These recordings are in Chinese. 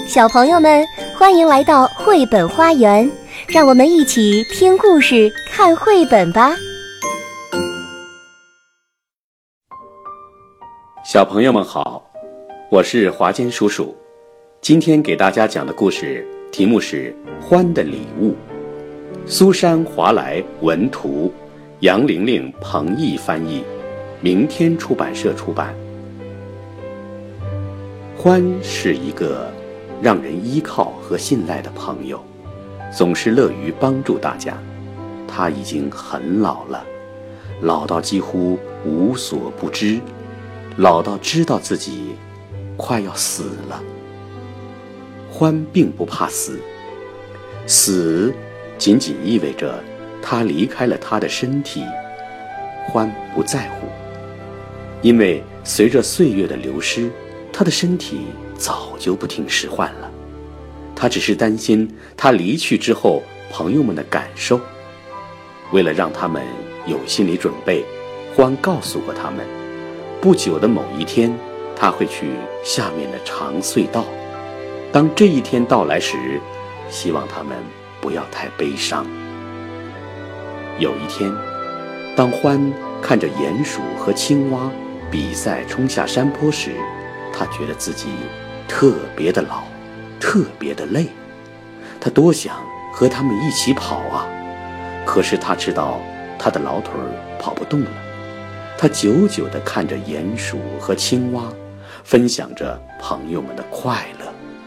小朋友们，欢迎来到绘本花园，让我们一起听故事、看绘本吧。 小朋友们好，我是华坚叔叔。今天给大家讲的故事题目是《欢的礼物》，苏珊·华莱文图，杨玲玲、彭毅翻译，明天出版社出版。欢是一个让人依靠和信赖的朋友，总是乐于帮助大家。他已经很老了，老到几乎无所不知，老到知道自己快要死了。欢并不怕死，死仅仅意味着他离开了他的身体。欢不在乎，因为随着岁月的流失，他的身体早就不听使唤了。他只是担心他离去之后朋友们的感受。为了让他们有心理准备，欢告诉过他们，不久的某一天他会去下面的长隧道。当这一天到来时，希望他们不要太悲伤。有一天，当欢看着鼹鼠和青蛙比赛冲下山坡时，他觉得自己特别的老，特别的累。他多想和他们一起跑啊，可是他知道他的老腿跑不动了。他久久地看着鼹鼠和青蛙，分享着朋友们的快乐。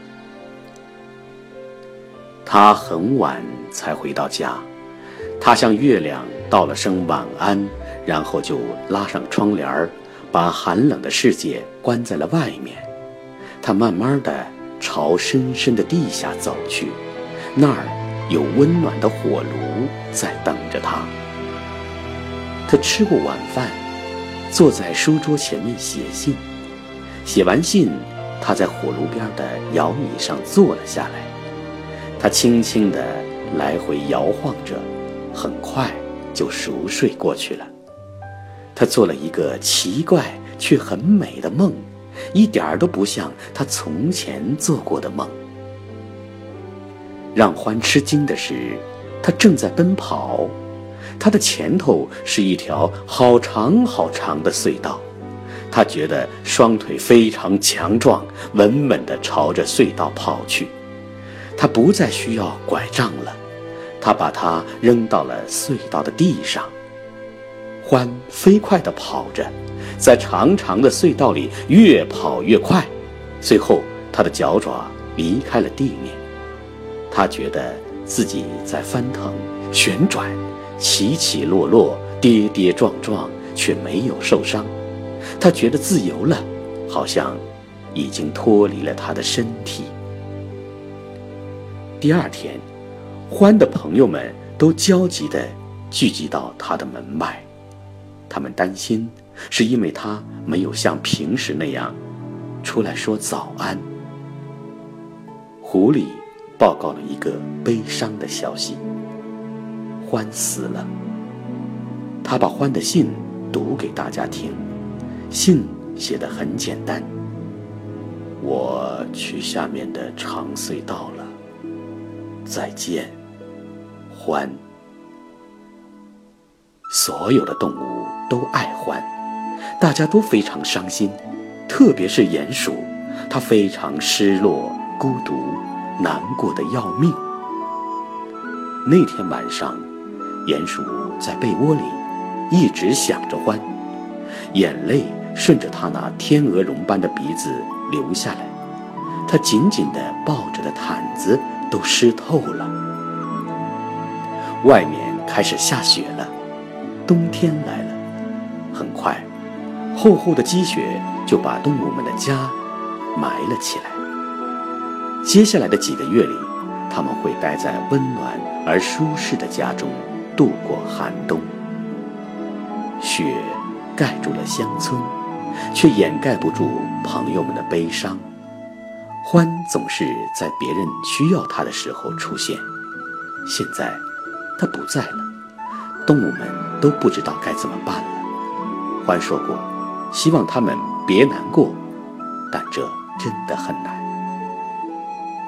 他很晚才回到家，他向月亮道了声晚安，然后就拉上窗帘，把寒冷的世界关在了外面。他慢慢地朝深深的地下走去，那儿有温暖的火炉在等着他。他吃过晚饭，坐在书桌前面写信。写完信，他在火炉边的摇椅上坐了下来。他轻轻地来回摇晃着，很快就熟睡过去了。他做了一个奇怪却很美的梦，一点儿都不像他从前做过的梦。让欢吃惊的是，他正在奔跑，他的前头是一条好长好长的隧道。他觉得双腿非常强壮，稳稳地朝着隧道跑去。他不再需要拐杖了，他把它扔到了隧道的地上。欢飞快地跑着，在长长的隧道里越跑越快，最后他的脚爪离开了地面。他觉得自己在翻腾、旋转、起起落落、跌跌撞撞，却没有受伤。他觉得自由了，好像已经脱离了他的身体。第二天，欢的朋友们都焦急地聚集到他的门外。他们担心是因为他没有像平时那样出来说早安。狐狸报告了一个悲伤的消息：欢死了。他把欢的信读给大家听，信写得很简单：我去下面的长隧道了，再见，欢。所有的动物都爱欢，大家都非常伤心，特别是鼹鼠，它非常失落、孤独、难过的要命。那天晚上，鼹鼠在被窝里一直想着欢，眼泪顺着它那天鹅绒般的鼻子流下来，它紧紧地抱着的毯子都湿透了。外面开始下雪了，冬天来了。很快，厚厚的积雪就把动物们的家埋了起来。接下来的几个月里，他们会待在温暖而舒适的家中度过寒冬。雪盖住了乡村，却掩盖不住朋友们的悲伤。欢总是在别人需要他的时候出现，现在他不在了，动物们都不知道该怎么办了。欢说过，希望他们别难过，但这真的很难。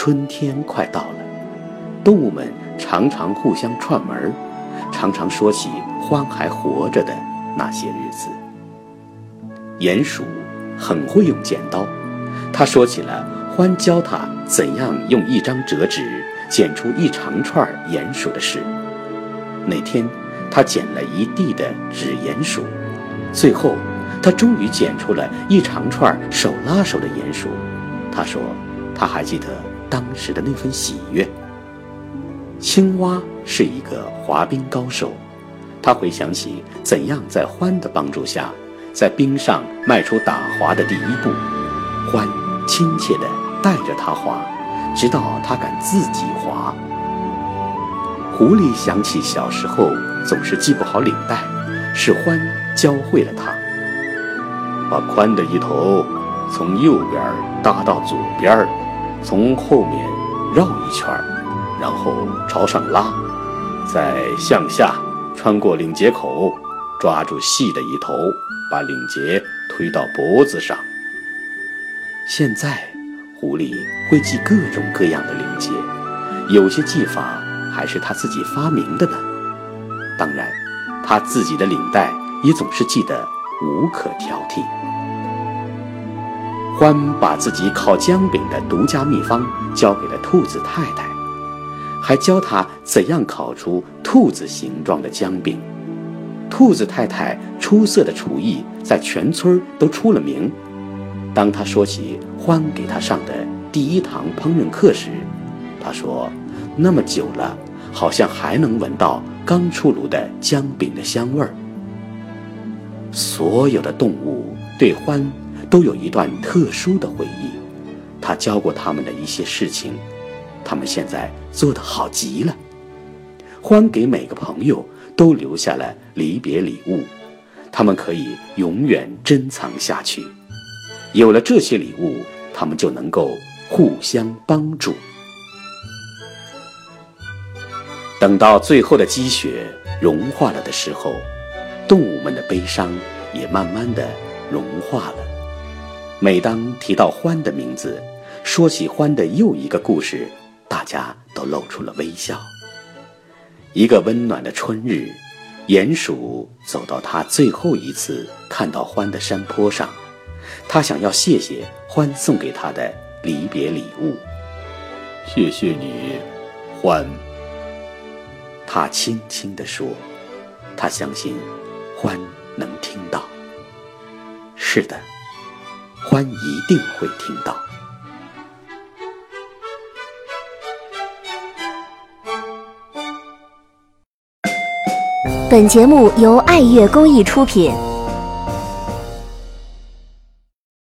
春天快到了，动物们常常互相串门，常常说起獾还活着的那些日子。鼹鼠很会用剪刀，他说起了獾教他怎样用一张折纸剪出一长串鼹鼠的事。那天他剪了一地的纸鼹鼠，最后他终于剪出了一长串手拉手的鼹鼠。他说他还记得当时的那份喜悦。青蛙是一个滑冰高手，他回想起怎样在獾的帮助下在冰上迈出打滑的第一步，獾亲切地带着他滑，直到他敢自己滑。狐狸想起小时候总是系不好领带，是獾教会了他。把宽的一头从右边搭到左边，从后面绕一圈，然后朝上拉，再向下穿过领结口，抓住细的一头，把领结推到脖子上。现在狐狸会系各种各样的领结，有些系法还是他自己发明的呢。当然他自己的领带也总是系得无可挑剔。獾把自己烤姜饼的独家秘方交给了兔子太太，还教他怎样烤出兔子形状的姜饼。兔子太太出色的厨艺在全村都出了名。当他说起獾给他上的第一堂烹饪课时，他说那么久了，好像还能闻到刚出炉的姜饼的香味儿。所有的动物对獾都有一段特殊的回忆，他教过他们的一些事情，他们现在做得好极了。獾给每个朋友都留下了离别礼物，他们可以永远珍藏下去。有了这些礼物，他们就能够互相帮助。等到最后的积雪融化了的时候，动物们的悲伤也慢慢的融化了。每当提到獾的名字，说起獾的又一个故事，大家都露出了微笑。一个温暖的春日，鼹鼠走到他最后一次看到獾的山坡上，他想要谢谢獾送给他的离别礼物。谢谢你，獾，他轻轻地说，他相信獾能听到。是的，獾一定会听到。 本节目由爱乐公益出品，